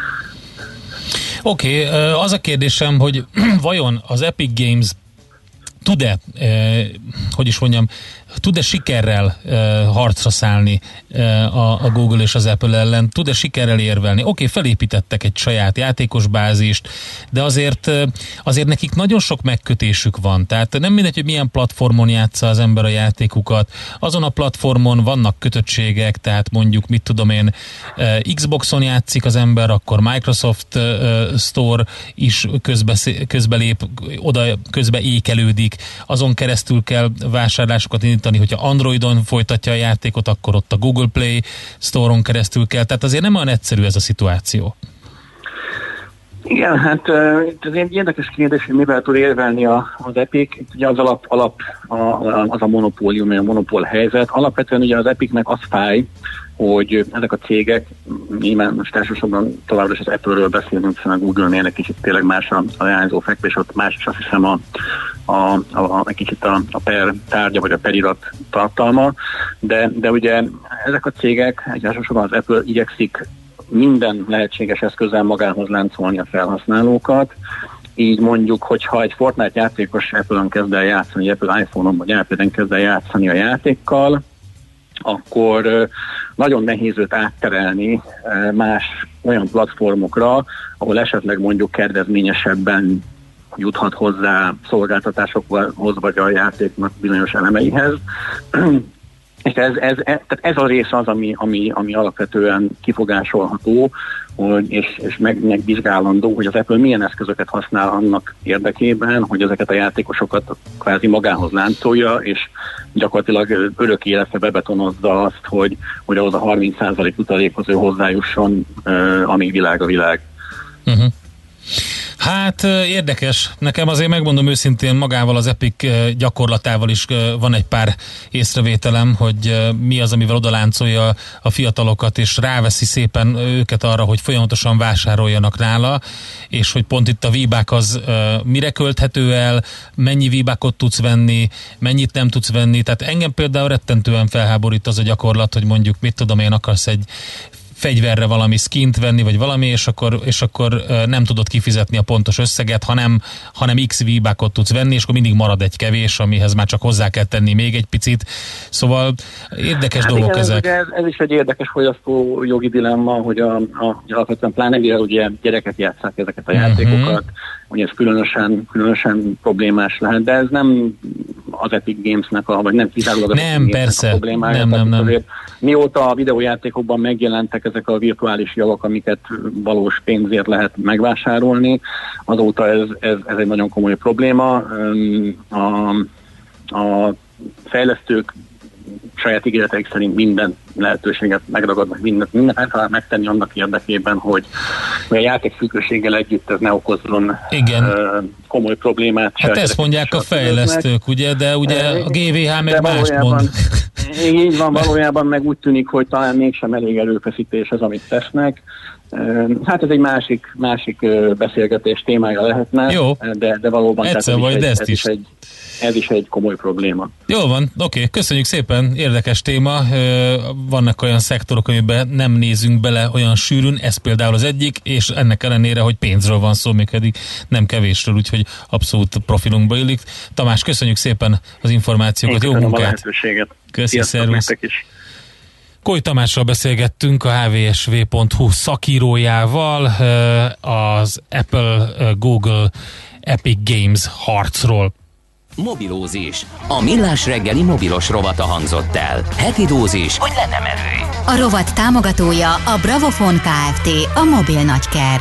Oké, okay, az a kérdésem, hogy vajon az Epic Games tud-e, eh, hogy is mondjam, tud-e sikerrel eh, harcra szállni eh, a, a Google és az Apple ellen, tud-e sikerrel érvelni? Oké, okay, felépítettek egy saját játékos bázist, de azért, eh, azért nekik nagyon sok megkötésük van, tehát nem mindegy, hogy milyen platformon játsza az ember a játékukat, azon a platformon vannak kötöttségek, tehát mondjuk, mit tudom én, eh, Xboxon játszik az ember, akkor Microsoft eh, Store is közbe, közbelép, oda közbe ékelődik, azon keresztül kell vásárlásokat indítani, hogyha Androidon folytatja a játékot, akkor ott a Google Play Store-on keresztül kell, tehát azért nem olyan egyszerű ez a szituáció. Igen, hát ez egy érdekes kérdés, hogy mivel tud érvelni a, az Epic. Ugye az alap, alap a, az a monopólium, a monopól helyzet. Alapvetően ugye az Epicnek az fáj, hogy ezek a cégek, nyilván most elsősorban továbbra is az Apple-ről beszélünk, hiszen a Google-nél egy kicsit tényleg más a leányzó fekvés, ott más is azt hiszem a, a, a, egy kicsit a, a per tárgya, vagy a perirat tartalma, de, de ugye ezek a cégek, egy elsősorban az Apple igyekszik minden lehetséges eszközzel magához láncolni a felhasználókat. Így mondjuk, hogyha egy Fortnite játékos Apple-on kezd el játszani, Apple iPhone-on vagy iPad-en kezd el játszani a játékkal, akkor nagyon nehéz őt átterelni más olyan platformokra, ahol esetleg mondjuk kedvezményesebben juthat hozzá szolgáltatásokhoz vagy a játéknak bizonyos elemeihez. És ez, ez, ez, tehát ez a rész az, ami, ami, ami alapvetően kifogásolható, hogy, és, és meg, megvizsgálandó, hogy az Apple milyen eszközöket használ annak érdekében, hogy ezeket a játékosokat kvázi magához láncolja, és gyakorlatilag örök életre bebetonozza azt, hogy, hogy ahhoz a harminc százalék utalékhoz ő hozzájusson, uh, amíg világ a világ. Uh-huh. Hát érdekes. Nekem azért megmondom őszintén, magával az Epic gyakorlatával is van egy pár észrevételem, hogy mi az, amivel odaláncolja a fiatalokat, és ráveszi szépen őket arra, hogy folyamatosan vásároljanak nála, és hogy pont itt a víbák az mire költhető el, mennyi víbákot tudsz venni, mennyit nem tudsz venni. Tehát engem például rettentően felháborít az a gyakorlat, hogy mondjuk mit tudom én, akarsz egy fegyverre valami skint venni, vagy valami, és akkor, és akkor nem tudod kifizetni a pontos összeget, hanem, hanem X víbákot tudsz venni, és akkor mindig marad egy kevés, amihez már csak hozzá kell tenni még egy picit. Szóval érdekes hát dolgok igen, ezek. Ez, ez is egy érdekes fogyasztó jogi dilemma, hogy a, a, alapvetően pláne ugye gyerekek játsszák ezeket a uh-huh. játékokat, hogy ez különösen, különösen problémás lehet, de ez nem az Epic Gamesnek, a, vagy nem kizárólag az nem, persze. a problémája. Nem, nem, nem. Azért, mióta a videójátékokban megjelentek ezek a virtuális javak, amiket valós pénzért lehet megvásárolni, azóta ez, ez, ez egy nagyon komoly probléma. A, a fejlesztők saját ígéreteik szerint minden lehetőséget megragadnak, mindent, mindent el megtenni annak érdekében, hogy a játék szűkösséggel együtt ez ne okozzon igen. komoly problémát. Hát ezt mondják a fejlesztők, ugye, de ugye a gé vé há meg mást mond. Így van, valójában meg úgy tűnik, hogy talán mégsem elég erőfeszítés az, amit tesznek. Hát ez egy másik, másik beszélgetés témája lehetne, jó. De, de valóban egyszer vagy, de ezt is. Egy, ez is egy komoly probléma. Jó van, oké, köszönjük szépen, érdekes téma. Vannak olyan szektorok, amiben nem nézünk bele olyan sűrűn, ez például az egyik, és ennek ellenére, hogy pénzről van szó, még pedig nem kevésről, úgyhogy abszolút profilunkba illik. Tamás, köszönjük szépen az információkat, jó munkát! A lehetőséget. Köszi, szervusz! Kóly Tamással beszélgettünk, a há vé es vé pont hú szakírójával az Apple, Google, Epic Games harcról. Mobilózis. A millás reggeli mobilos rovata hangzott el. Heti dózis, hogy lenne merő. A rovat támogatója a Bravofon Kft. A mobil nagyker.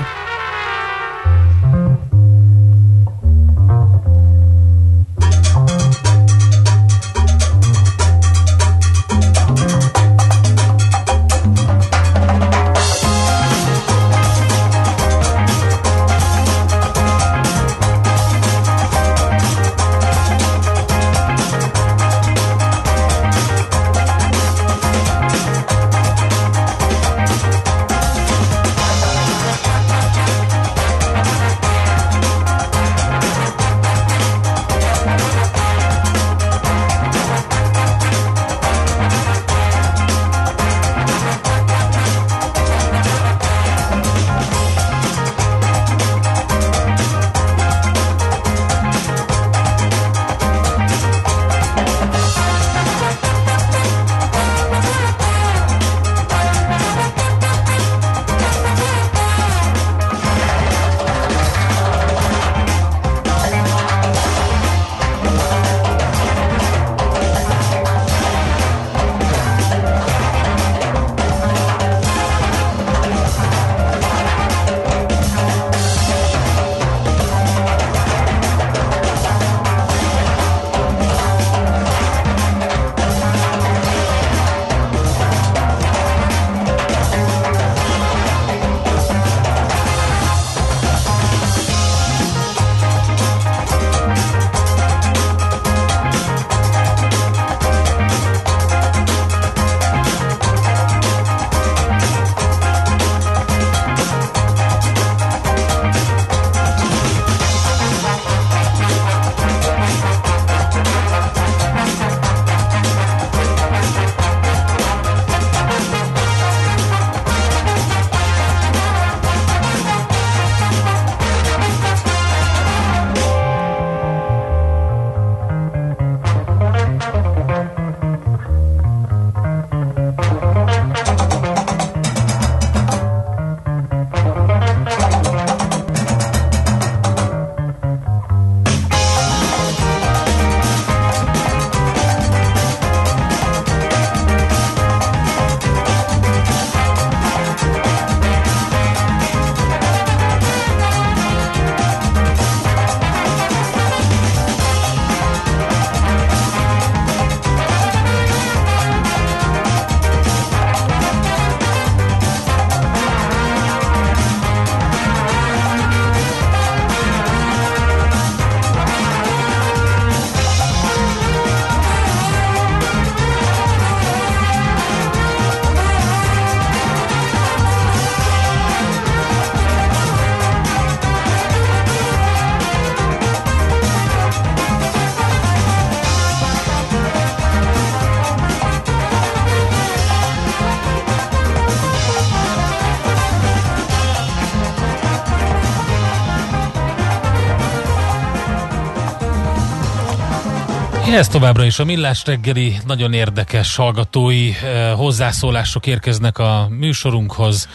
Ez továbbra is a Millás reggeli, nagyon érdekes hallgatói eh, hozzászólások érkeznek a műsorunkhoz.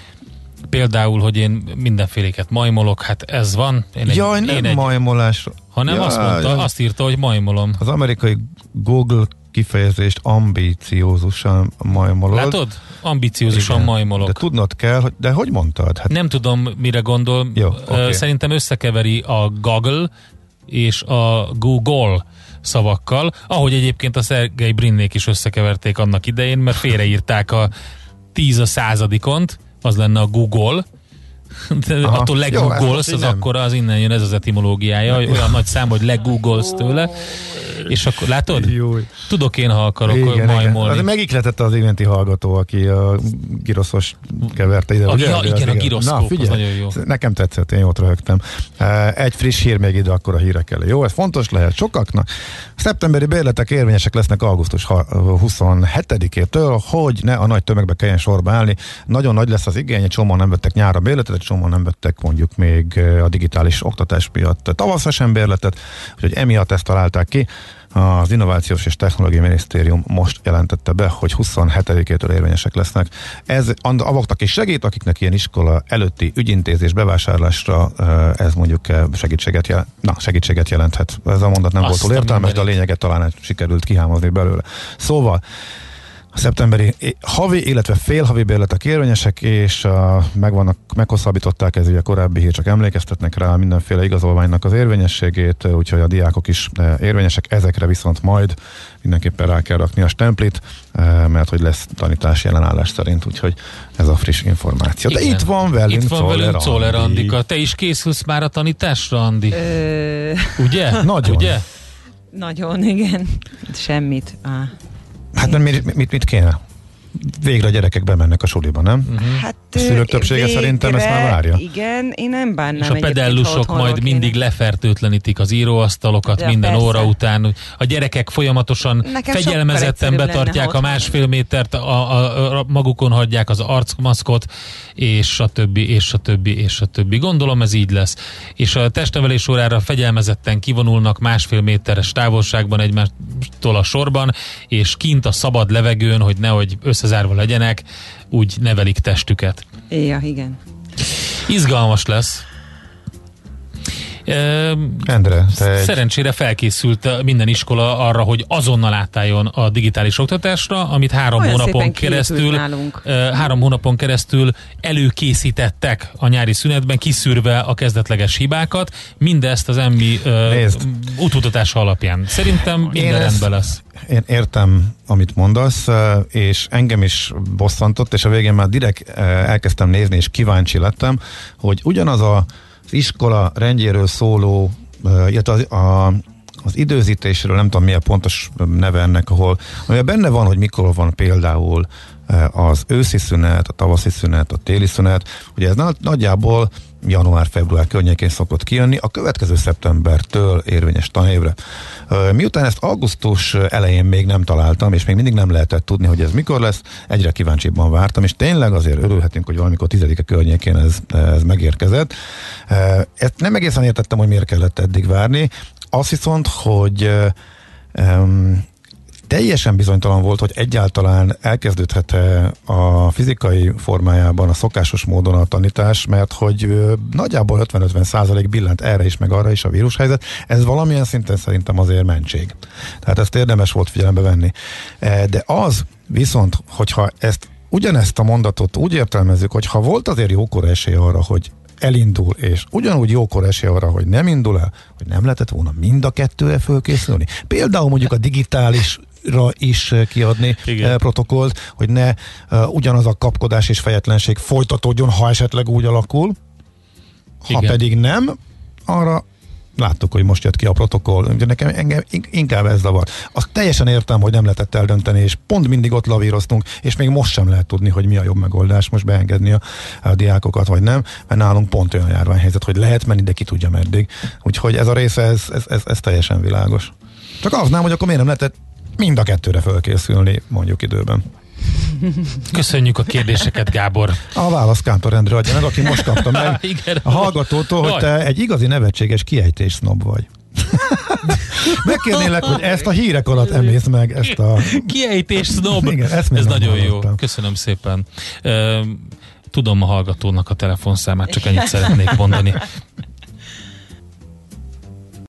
Például, hogy én mindenféléket majmolok, hát ez van. Én egy, Jaj, nem én egy, majmolás. hanem Jaj, azt mondta, jaj. azt írta, hogy majmolom. Az amerikai Google kifejezést ambíciózusan majmolod. Látod? Ambiciózusan Igen, majmolok. de tudnod kell, hogy, de hogy mondtad? Hát Nem tudom, mire gondol. Jó, Ö, oké. Szerintem összekeveri a Google és a Google szavakkal, ahogy egyébként a Szergej Brinnék is összekeverték annak idején, mert félreírták a tíz a századikont, az lenne a Google, de Aha. attól Jó, legoogolsz, hát az nem. akkora, az innen jön, ez az etimológiája, olyan nagy szám, hogy legoogolsz tőle, és akkor látod? Júj. Tudok én, ha akarok Igen, majmolni. igen. Az megikletette az iménti hallgató, aki a giroszos keverte ide. A- ugye? ja, Az igen, a giroszkóp, Na, az figyelj, nagyon jó. nekem tetszett, én jót röhögtem. Egy friss hír még ide, akkor a hírek elő. Jó, ez fontos lehet sokaknak. Szeptemberi bérletek érvényesek lesznek augusztus huszonhetedikétől, hogy ne a nagy tömegbe kelljen sorba állni. Nagyon nagy lesz az igény, egy csomóan nem vettek nyárra bérletet, egy csomóan nem vettek mondjuk még a digitális oktatás miatt tavaszra sem bérletet, úgyhogy emiatt ezt találták ki. Az Innovációs és Technológiai Minisztérium most jelentette be, hogy huszonhetedikétől érvényesek lesznek. Ez avoknak is segít, akiknek ilyen iskola előtti ügyintézés bevásárlásra ez mondjuk segítséget, jel- Na, segítséget jelenthet. Ez a mondat nem Azt volt túl értelmes, de a lényeget talán sikerült kihámozni belőle. Szóval a szeptemberi havi, illetve félhavi bérletek érvényesek, és uh, megvannak, meghosszabbították, ez ugye korábbi hír, csak emlékeztetnek rá mindenféle igazolványnak az érvényességét, úgyhogy a diákok is uh, érvényesek, ezekre viszont majd mindenképpen rá kell rakni a stemplit, uh, mert hogy lesz tanítás jelenállás szerint, úgyhogy ez a friss információ. De Igen. itt van velünk Itt van Czoller velünk Czoller Andi. Andika. Te is készülsz már a tanításra, Andi? Ö, Ugye? Nagyon. Ugye? nagyon, igen. Semmit. Ah. Hát nem, mit, mit, mit kéne? Végre a gyerekek bemennek a suliba, nem? Uh-huh. Hát, A szülők többsége végre, szerintem ezt már várja. Igen, én nem bánnám. És a egyébként, pedellusok ha majd otthonról mindig kéne. lefertőtlenítik az íróasztalokat Ja, minden persze. óra után. A gyerekek folyamatosan Nekem sokkal fegyelmezetten egyszerűbb lenne, betartják ha a otthon. másfél métert, a, a, a, magukon hagyják az arcmaszkot, és a többi, és a többi, és a többi. Gondolom ez így lesz. És a testnevelés órára fegyelmezetten kivonulnak másfél méteres távolságban egymástól a sorban, és kint a szabad levegőn, hogy nehogy összezárva legyenek, úgy nevelik testüket. Ja, igen. Izgalmas lesz. Endre, te egy... Szerencsére felkészült minden iskola arra, hogy azonnal átálljon a digitális oktatásra, amit három Olyan hónapon szépen kiépült keresztül nálunk. három hónapon keresztül előkészítettek a nyári szünetben, kiszűrve a kezdetleges hibákat, mindezt az emmi útmutatása alapján. Szerintem minden rendben lesz. Én értem, amit mondasz, és engem is bosszantott, és a végén már direkt elkezdtem nézni, és kíváncsi lettem, hogy ugyanaz a az iskola rendjéről szóló, illetve az, a, az időzítésről, nem tudom mi a pontos neve ennek, ahol ami benne van, hogy mikor van például az őszi szünet, a tavaszi szünet, a téli szünet, ugye ez nagyjából január-február környékén szokott kijönni, a következő szeptembertől érvényes tanévre. Miután ezt augusztus elején még nem találtam, és még mindig nem lehetett tudni, hogy ez mikor lesz, egyre kíváncsiban vártam, és tényleg azért örülhetünk, hogy valamikor tizedike környékén ez, ez megérkezett. Ezt nem egészen értettem, hogy miért kellett eddig várni. Azt viszont, hogy um, teljesen bizonytalan volt, hogy egyáltalán elkezdődhet-e a fizikai formájában, a szokásos módon a tanítás, mert hogy ö, nagyjából ötven-ötven százalék billent erre is, meg arra is a vírushelyzet. Ez valamilyen szinten szerintem azért mentség. Tehát ezt érdemes volt figyelembe venni. E, de az viszont, hogyha ezt ugyanezt a mondatot úgy értelmezzük, hogy ha volt azért jókor esély arra, hogy elindul, és ugyanúgy jókor esély arra, hogy nem indul el, hogy nem lehetett volna mind a kettőre fölkészülni. Például mondjuk a digitális is kiadni Igen. protokollt, hogy ne uh, ugyanaz a kapkodás és fejetlenség folytatódjon, ha esetleg úgy alakul. Ha Igen. pedig nem, arra láttuk, hogy most jött ki a protokoll. Ugye nekem engem inkább ez zavar. Azt teljesen értem, hogy nem lehetett eldönteni, és pont mindig ott lavíroztunk, és még most sem lehet tudni, hogy mi a jobb megoldás, most beengedni a, a diákokat, vagy nem, mert nálunk pont olyan járványhelyzet, hogy lehet menni, de ki tudja meddig. Úgyhogy ez a része, ez, ez, ez, ez teljesen világos. Csak az nem, hogy akkor miért nem lehetett mind a kettőre fölkészülni, mondjuk időben. Köszönjük a kérdéseket, Gábor. A válasz Kántor Endre adja meg, aki most kapta meg Igen. a hallgatótól, hogy Jaj. te egy igazi nevetséges kiejtés sznob vagy. Megkérnélek, hogy ezt a hírek alatt emész meg, ezt a... Kiejtés sznob. Igen, ezt ez nagyon hallottam. Jó. Köszönöm szépen. Tudom a hallgatónak a telefonszámát, csak ennyit szeretnék mondani.